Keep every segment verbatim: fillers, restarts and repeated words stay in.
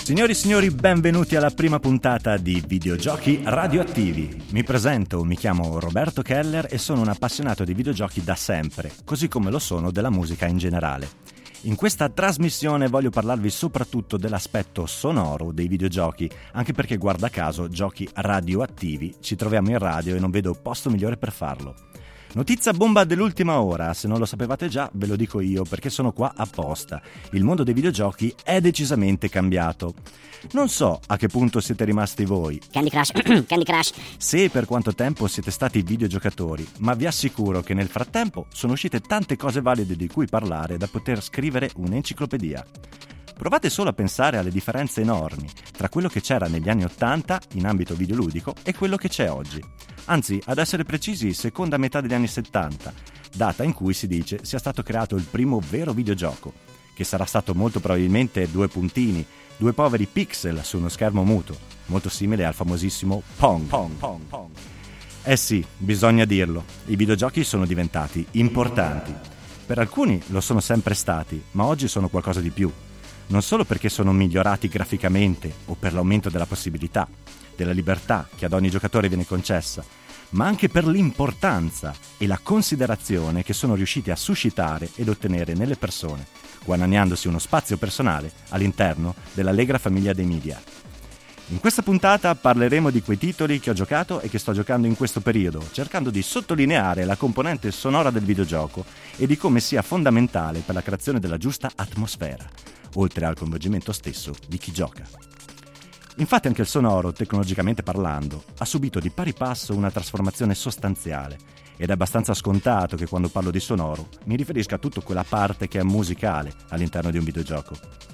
Signori e signori, benvenuti alla prima puntata di Videogiochi Radioattivi. Mi presento, mi chiamo Roberto Keller e sono un appassionato di videogiochi da sempre, così come lo sono della musica in generale. In questa trasmissione voglio parlarvi soprattutto dell'aspetto sonoro dei videogiochi, anche perché guarda caso giochi radioattivi, ci troviamo in radio e non vedo posto migliore per farlo. Notizia bomba dell'ultima ora, se non lo sapevate già ve lo dico io perché sono qua apposta. Il mondo dei videogiochi è decisamente cambiato. Non so a che punto siete rimasti voi. Candy Crush, Candy Crush. Se e per quanto tempo siete stati videogiocatori, ma vi assicuro che nel frattempo sono uscite tante cose valide di cui parlare da poter scrivere un'enciclopedia. Provate solo a pensare alle differenze enormi tra quello che c'era negli anni Ottanta in ambito videoludico e quello che c'è oggi. Anzi, ad essere precisi, seconda metà degli anni settanta, data in cui si dice sia stato creato il primo vero videogioco, che sarà stato molto probabilmente due puntini, due poveri pixel su uno schermo muto, molto simile al famosissimo Pong. Pong, Pong, Pong. Eh sì, bisogna dirlo, i videogiochi sono diventati importanti. Per alcuni lo sono sempre stati, ma oggi sono qualcosa di più. Non solo perché sono migliorati graficamente o per l'aumento della possibilità, della libertà che ad ogni giocatore viene concessa, ma anche per l'importanza e la considerazione che sono riusciti a suscitare ed ottenere nelle persone, guadagnandosi uno spazio personale all'interno dell'allegra famiglia dei media. In questa puntata parleremo di quei titoli che ho giocato e che sto giocando in questo periodo, cercando di sottolineare la componente sonora del videogioco e di come sia fondamentale per la creazione della giusta atmosfera, oltre al coinvolgimento stesso di chi gioca. Infatti anche il sonoro, tecnologicamente parlando, ha subito di pari passo una trasformazione sostanziale ed è abbastanza scontato che quando parlo di sonoro mi riferisca a tutta quella parte che è musicale all'interno di un videogioco.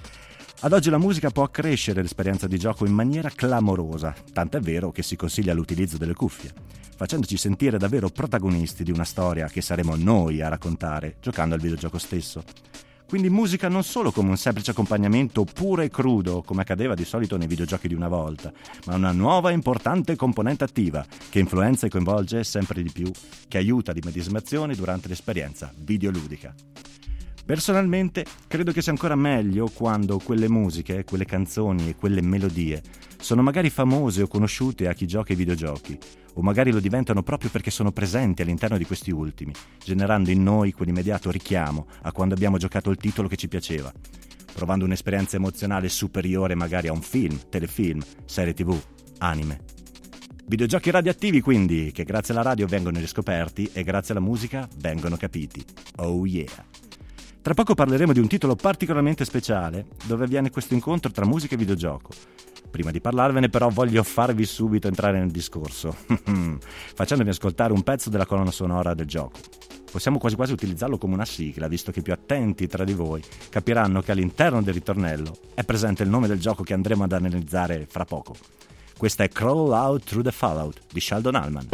Ad oggi la musica può accrescere l'esperienza di gioco in maniera clamorosa, tant'è vero che si consiglia l'utilizzo delle cuffie, facendoci sentire davvero protagonisti di una storia che saremo noi a raccontare giocando al videogioco stesso. Quindi musica non solo come un semplice accompagnamento puro e crudo, come accadeva di solito nei videogiochi di una volta, ma una nuova e importante componente attiva che influenza e coinvolge sempre di più, che aiuta l'immedesimazione durante l'esperienza videoludica. Personalmente credo che sia ancora meglio quando quelle musiche, quelle canzoni e quelle melodie sono magari famose o conosciute a chi gioca ai videogiochi, o magari lo diventano proprio perché sono presenti all'interno di questi ultimi, generando in noi quell'immediato richiamo a quando abbiamo giocato il titolo che ci piaceva, provando un'esperienza emozionale superiore magari a un film, telefilm, serie tv, anime. Videogiochi radioattivi quindi, che grazie alla radio vengono riscoperti e grazie alla musica vengono capiti. Oh yeah! Tra poco parleremo di un titolo particolarmente speciale, dove avviene questo incontro tra musica e videogioco. Prima di parlarvene però voglio farvi subito entrare nel discorso, facendovi ascoltare un pezzo della colonna sonora del gioco. Possiamo quasi quasi utilizzarlo come una sigla, visto che i più attenti tra di voi capiranno che all'interno del ritornello è presente il nome del gioco che andremo ad analizzare fra poco. Questa è Crawl Out Through the Fallout di Sheldon Allman.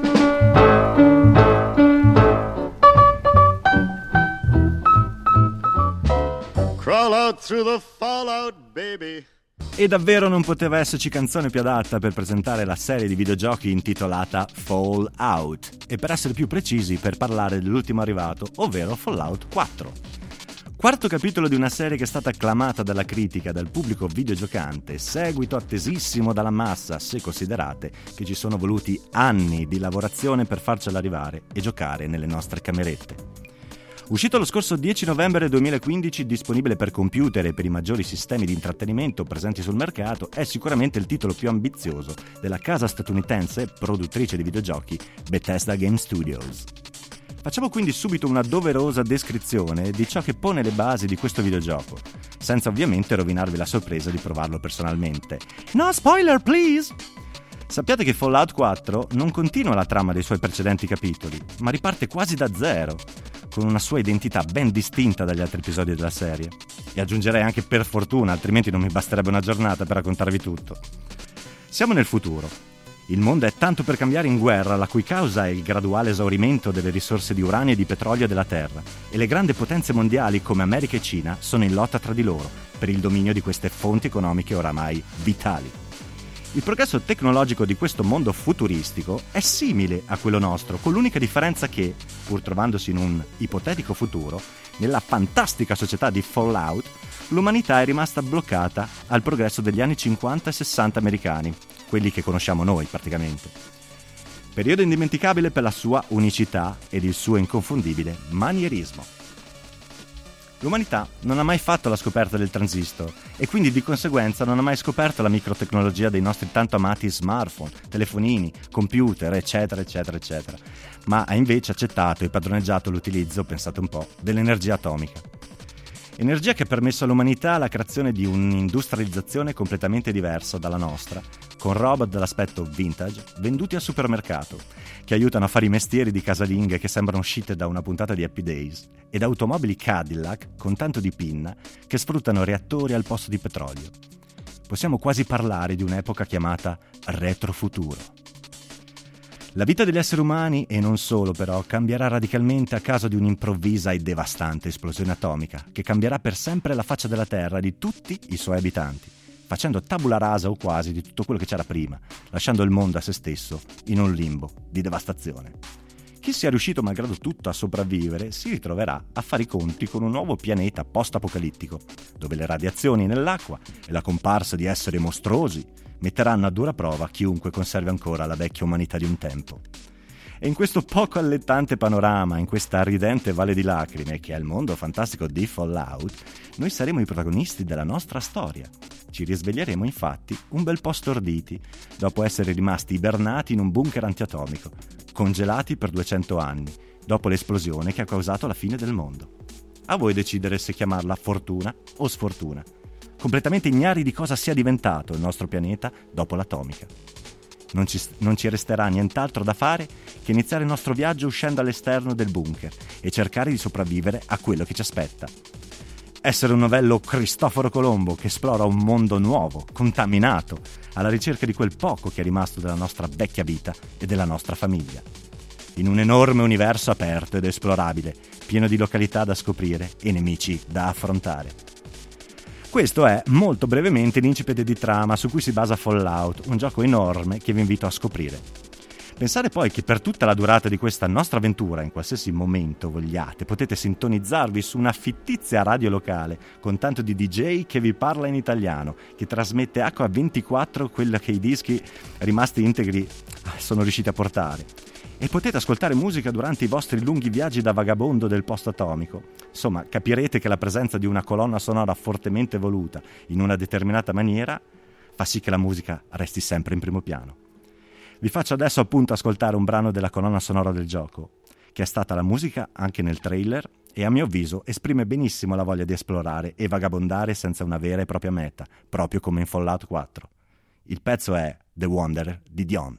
Crawl out through the fallout, baby. E davvero non poteva esserci canzone più adatta per presentare la serie di videogiochi intitolata Fallout, e per essere più precisi per parlare dell'ultimo arrivato, ovvero Fallout quattro. Quarto capitolo di una serie che è stata acclamata dalla critica e dal pubblico videogiocante, seguito attesissimo dalla massa se considerate che ci sono voluti anni di lavorazione per farcela arrivare e giocare nelle nostre camerette. Uscito lo scorso dieci novembre duemilaquindici, disponibile per computer e per i maggiori sistemi di intrattenimento presenti sul mercato, è sicuramente il titolo più ambizioso della casa statunitense produttrice di videogiochi Bethesda Game Studios. Facciamo quindi subito una doverosa descrizione di ciò che pone le basi di questo videogioco, senza ovviamente rovinarvi la sorpresa di provarlo personalmente. No spoiler, please! Sappiate che Fallout quattro non continua la trama dei suoi precedenti capitoli, ma riparte quasi da zero, con una sua identità ben distinta dagli altri episodi della serie. E aggiungerei anche per fortuna, altrimenti non mi basterebbe una giornata per raccontarvi tutto. Siamo nel futuro. Il mondo è tanto per cambiare in guerra, la cui causa è il graduale esaurimento delle risorse di uranio e di petrolio della Terra, e le grandi potenze mondiali come America e Cina sono in lotta tra di loro per il dominio di queste fonti economiche oramai vitali. Il progresso tecnologico di questo mondo futuristico è simile a quello nostro, con l'unica differenza che, pur trovandosi in un ipotetico futuro, nella fantastica società di Fallout, l'umanità è rimasta bloccata al progresso degli anni cinquanta e sessanta americani, quelli che conosciamo noi praticamente. Periodo indimenticabile per la sua unicità ed il suo inconfondibile manierismo. L'umanità non ha mai fatto la scoperta del transistor e quindi di conseguenza non ha mai scoperto la microtecnologia dei nostri tanto amati smartphone, telefonini, computer, eccetera, eccetera, eccetera, ma ha invece accettato e padroneggiato l'utilizzo, pensate un po', dell'energia atomica. Energia che ha permesso all'umanità la creazione di un'industrializzazione completamente diversa dalla nostra, con robot dall'aspetto vintage venduti al supermercato, che aiutano a fare i mestieri di casalinghe che sembrano uscite da una puntata di Happy Days, ed automobili Cadillac con tanto di pinna che sfruttano reattori al posto di petrolio. Possiamo quasi parlare di un'epoca chiamata retrofuturo. La vita degli esseri umani, e non solo però, cambierà radicalmente a causa di un'improvvisa e devastante esplosione atomica che cambierà per sempre la faccia della Terra e di tutti i suoi abitanti, facendo tabula rasa o quasi di tutto quello che c'era prima, lasciando il mondo a se stesso in un limbo di devastazione. Chi sia riuscito malgrado tutto a sopravvivere si ritroverà a fare i conti con un nuovo pianeta post-apocalittico, dove le radiazioni nell'acqua e la comparsa di esseri mostruosi metteranno a dura prova chiunque conservi ancora la vecchia umanità di un tempo. E in questo poco allettante panorama, in questa ridente valle di lacrime che è il mondo fantastico di Fallout, noi saremo i protagonisti della nostra storia. Ci risveglieremo infatti un bel po' storditi, dopo essere rimasti ibernati in un bunker antiatomico, congelati per duecento anni, dopo l'esplosione che ha causato la fine del mondo. A voi decidere se chiamarla fortuna o sfortuna, completamente ignari di cosa sia diventato il nostro pianeta dopo l'atomica. Non ci, non ci resterà nient'altro da fare che iniziare il nostro viaggio uscendo all'esterno del bunker e cercare di sopravvivere a quello che ci aspetta. Essere un novello Cristoforo Colombo che esplora un mondo nuovo, contaminato, alla ricerca di quel poco che è rimasto della nostra vecchia vita e della nostra famiglia. In un enorme universo aperto ed esplorabile, pieno di località da scoprire e nemici da affrontare. Questo è, molto brevemente, l'incipit di trama su cui si basa Fallout, un gioco enorme che vi invito a scoprire. Pensare poi che per tutta la durata di questa nostra avventura, in qualsiasi momento vogliate, potete sintonizzarvi su una fittizia radio locale con tanto di D J che vi parla in italiano, che trasmette acqua ventiquattro quella che i dischi rimasti integri sono riusciti a portare. E potete ascoltare musica durante i vostri lunghi viaggi da vagabondo del post-atomico. Insomma, capirete che la presenza di una colonna sonora fortemente voluta in una determinata maniera fa sì che la musica resti sempre in primo piano. Vi faccio adesso appunto ascoltare un brano della colonna sonora del gioco, che è stata la musica anche nel trailer e a mio avviso esprime benissimo la voglia di esplorare e vagabondare senza una vera e propria meta, proprio come in Fallout quattro. Il pezzo è The Wanderer di Dion.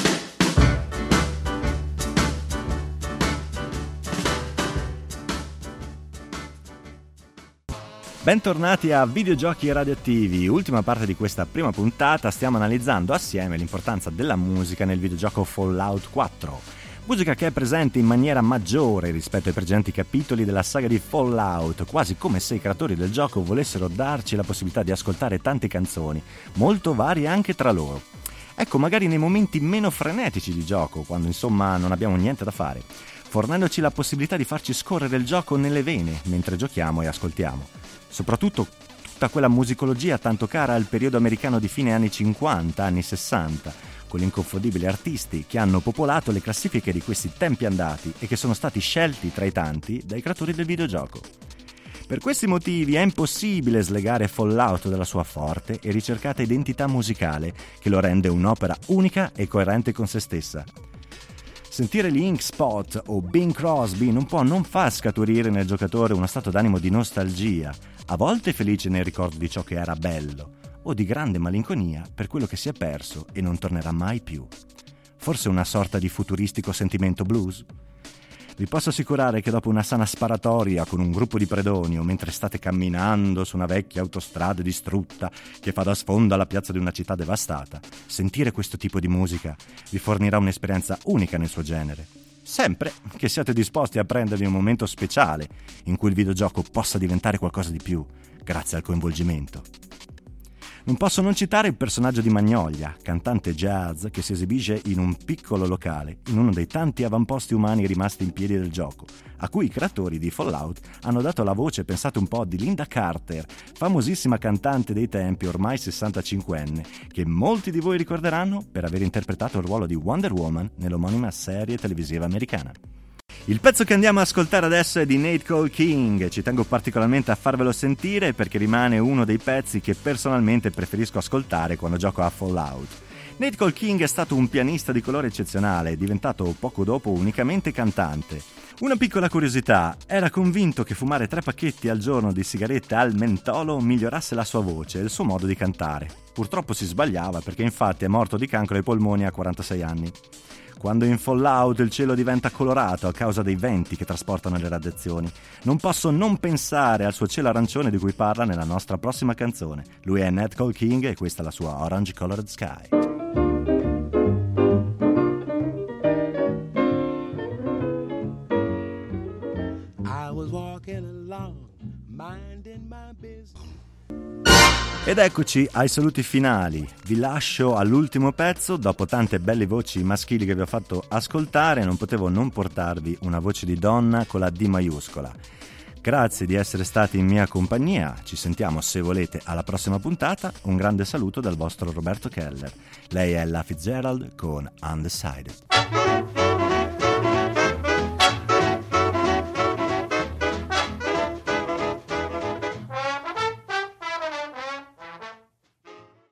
Bentornati a Videogiochi Radioattivi, ultima parte di questa prima puntata. Stiamo analizzando assieme l'importanza della musica nel videogioco Fallout quattro, musica che è presente in maniera maggiore rispetto ai precedenti capitoli della saga di Fallout, quasi come se i creatori del gioco volessero darci la possibilità di ascoltare tante canzoni, molto varie anche tra loro. Ecco, magari nei momenti meno frenetici di gioco, quando insomma non abbiamo niente da fare, fornendoci la possibilità di farci scorrere il gioco nelle vene mentre giochiamo e ascoltiamo. Soprattutto tutta quella musicologia tanto cara al periodo americano di fine anni cinquanta, anni sessanta, con gli inconfondibili artisti che hanno popolato le classifiche di questi tempi andati e che sono stati scelti tra i tanti dai creatori del videogioco. Per questi motivi è impossibile slegare Fallout dalla sua forte e ricercata identità musicale che lo rende un'opera unica e coerente con se stessa. Sentire gli Ink Spot o Bing Crosby non può non far scaturire nel giocatore uno stato d'animo di nostalgia, a volte felice nel ricordo di ciò che era bello, o di grande malinconia per quello che si è perso e non tornerà mai più. Forse una sorta di futuristico sentimento blues? Vi posso assicurare che dopo una sana sparatoria con un gruppo di predoni o mentre state camminando su una vecchia autostrada distrutta che fa da sfondo alla piazza di una città devastata, sentire questo tipo di musica vi fornirà un'esperienza unica nel suo genere. Sempre che siate disposti a prendervi un momento speciale in cui il videogioco possa diventare qualcosa di più, grazie al coinvolgimento. Non posso non citare il personaggio di Magnolia, cantante jazz che si esibisce in un piccolo locale, in uno dei tanti avamposti umani rimasti in piedi del gioco, a cui i creatori di Fallout hanno dato la voce, pensate un po', di Linda Carter, famosissima cantante dei tempi, ormai sessantacinquenne, che molti di voi ricorderanno per aver interpretato il ruolo di Wonder Woman nell'omonima serie televisiva americana. Il pezzo che andiamo a ascoltare adesso è di Nate Cole King. Ci tengo particolarmente a farvelo sentire perché rimane uno dei pezzi che personalmente preferisco ascoltare quando gioco a Fallout. Nate Cole King è stato un pianista di colore eccezionale, diventato poco dopo unicamente cantante. Una piccola curiosità, era convinto che fumare tre pacchetti al giorno di sigarette al mentolo migliorasse la sua voce e il suo modo di cantare. Purtroppo si sbagliava perché infatti è morto di cancro ai polmoni a quarantasei anni. Quando in Fallout il cielo diventa colorato a causa dei venti che trasportano le radiazioni, non posso non pensare al suo cielo arancione di cui parla nella nostra prossima canzone. Lui è Nat Cole King e questa è la sua Orange Colored Sky. I was walking along, minding my business. Ed eccoci ai saluti finali. Vi lascio all'ultimo pezzo. Dopo tante belle voci maschili che vi ho fatto ascoltare, non potevo non portarvi una voce di donna con la D maiuscola. Grazie di essere stati in mia compagnia. Ci sentiamo, se volete, alla prossima puntata. Un grande saluto dal vostro Roberto Keller. Lei è Ella Fitzgerald con Undecided.